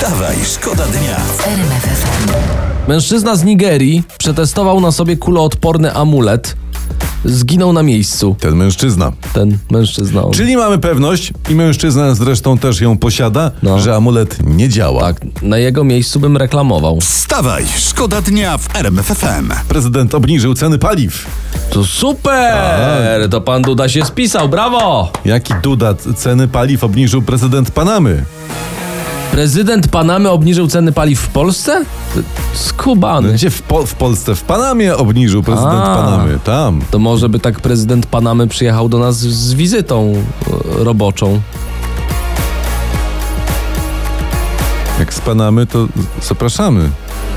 Wstawaj, szkoda dnia w RMF FM. Mężczyzna z Nigerii przetestował na sobie kuloodporny amulet. Zginął na miejscu. Ten mężczyzna. On. Czyli mamy pewność, i mężczyzna zresztą też ją posiada, że amulet nie działa. Tak, na jego miejscu bym reklamował. Wstawaj, szkoda dnia w RMF FM. Prezydent obniżył ceny paliw. To super! To pan Duda się spisał, brawo! Jaki Duda ceny paliw obniżył prezydent Panamy? Prezydent Panamy obniżył ceny paliw w Polsce? Skubany. Gdzie w Polsce? W Panamie obniżył prezydent Panamy. Tam. To może by tak prezydent Panamy przyjechał do nas z wizytą roboczą. Jak z Panamy, to zapraszamy.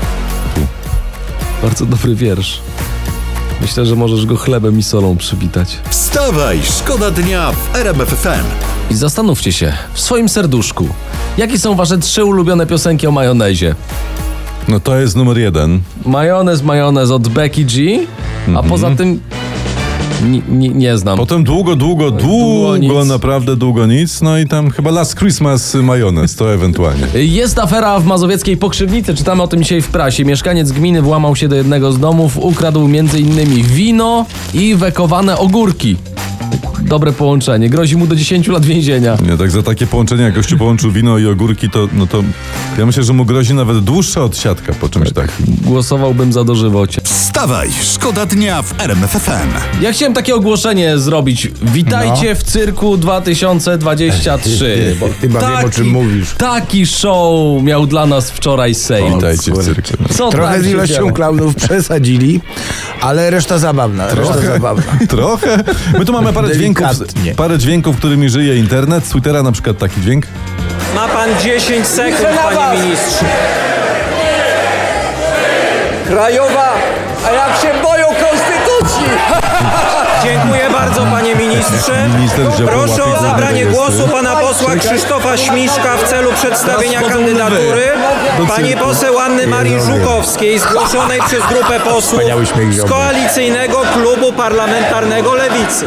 Bardzo dobry wiersz. Myślę, że możesz go chlebem i solą przywitać. Wstawaj, szkoda dnia w RMF FM. I zastanówcie się, w swoim serduszku, jakie są wasze 3 ulubione piosenki o majonezie? No to jest numer 1. Majonez od Becky G, a poza tym nie znam. Potem długo, naprawdę długo nic. No i tam chyba Last Christmas majonez, to ewentualnie. Jest afera w mazowieckiej Pokrzywnicy, czytamy o tym dzisiaj w prasie. Mieszkaniec gminy włamał się do jednego z domów, ukradł m.in. wino i wekowane ogórki. Dobre połączenie, grozi mu do 10 lat więzienia. Nie, tak za takie połączenie, jak gościu połączył wino i ogórki, to ja myślę, że mu grozi nawet dłuższa odsiadka po czymś takim. Głosowałbym za dożywocie. Wstawaj, szkoda dnia w RMF FM. Ja chciałem takie ogłoszenie zrobić. Witajcie w cyrku 2023. Chyba wiem, o czym mówisz. Taki show miał dla nas wczoraj Sejm. Witajcie w cyrku. Co Trochę tam z się ilością działo? klaunów przesadzili, ale reszta zabawna. Trochę. My tu mamy Delikatnie. parę dźwięków, którymi żyje internet. Z Twittera na przykład taki dźwięk. Ma pan 10 sekund, panie ministrze. Krajowa, a jak się boją konstytucji! Dziękuję bardzo, panie ministrze. Minister Ziobro Proszę o łapie zabranie górę, głosu pana posła Krzysztofa Śmiszka w celu przedstawienia kandydatury pani poseł Anny Marii Żukowskiej, zgłoszonej przez grupę posłów Wspaniały śmiech z Ziobry. Koalicyjnego Klubu Parlamentarnego Lewicy.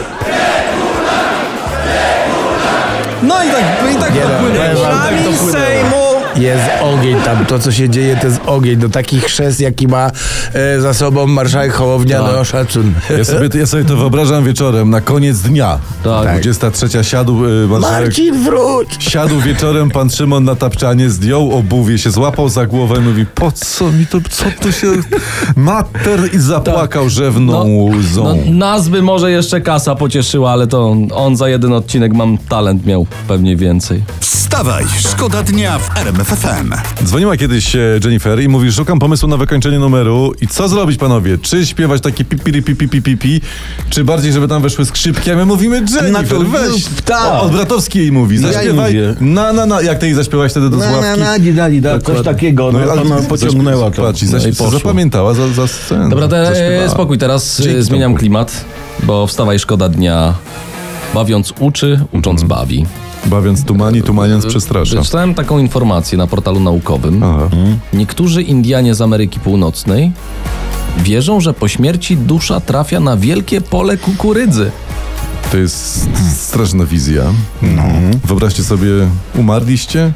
No i tak Regulamin Sejmu. Jest ogień tam, to co się dzieje to jest ogień. Do takich chrzest, jaki ma za sobą marszałek Hołownia, no szacun. Ja sobie to wyobrażam wieczorem, na koniec dnia. Tak. 23 siadł marszałek. Marcin, wróć! Siadł wieczorem pan Szymon na tapczanie, zdjął obuwie, się złapał za głowę i mówi, po co mi to, co tu się... Mater i zapłakał rzewną łzą. No, nas by może jeszcze kasa pocieszyła, ale to on za jeden odcinek Mam Talent miał pewnie więcej. Wstawaj, szkoda dnia w RMF FM. Dzwoniła kiedyś Jennifer i mówi, szukam pomysłu na wykończenie numeru i co zrobić, panowie? Czy śpiewać takie pipi, czy bardziej, żeby tam weszły skrzypki? A my mówimy, Jennifer, weź. Od Bratowskiej jej mówi, zaśpiewaj. Jak ty jej zaśpiewałaś wtedy do słuchawki? Coś takiego, ona pociągnęła to. Patrz, No i poszło. zapamiętała za scenę. Dobra, zaśpiewała. spokój, teraz Dzięki, zmieniam Tomku. klimat, bo wstawaj, szkoda dnia. Bawiąc uczy, ucząc bawi. Bawiąc tumaniąc przestrasza. Czytałem taką informację na portalu naukowym. Aha. Niektórzy Indianie z Ameryki Północnej wierzą, że po śmierci dusza trafia na wielkie pole kukurydzy. To jest straszna wizja. Wyobraźcie sobie, umarliście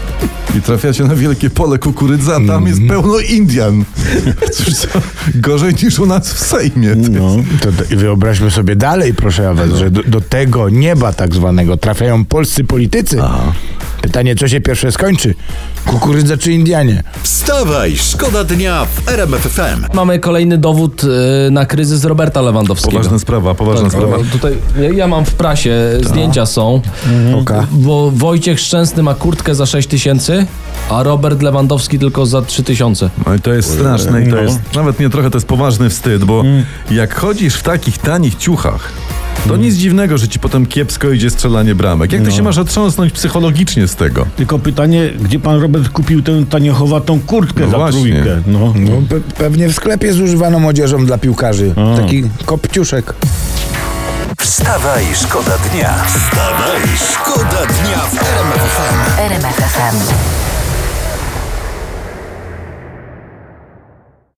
i trafiacie na wielkie pole kukurydzy, a tam jest pełno Indian. Cóż, to gorzej niż u nas w Sejmie. I wyobraźmy sobie dalej, proszę was, że do tego nieba tak zwanego trafiają polscy politycy. Pytanie, co się pierwsze skończy? Kukurydza czy Indianie? Wstawaj, szkoda dnia w RMF FM. Mamy kolejny dowód na kryzys Roberta Lewandowskiego. Poważna sprawa. Tutaj ja mam w prasie, zdjęcia są, bo Wojciech Szczęsny ma kurtkę za 6 000, a Robert Lewandowski tylko za 3 000. No i to jest straszne i to jest, nawet nie trochę, to jest poważny wstyd, bo jak chodzisz w takich tanich ciuchach, to nic dziwnego, że ci potem kiepsko idzie strzelanie bramek. Jak ty się masz otrząsnąć psychologicznie z tego? Tylko pytanie, gdzie pan Robert kupił tę taniochowatą kurtkę za właśnie. trójkę? Pewnie w sklepie z używaną odzieżą dla piłkarzy. Taki kopciuszek. Wstawaj, szkoda dnia. Wstawaj, szkoda dnia w RMF FM. RMF FM.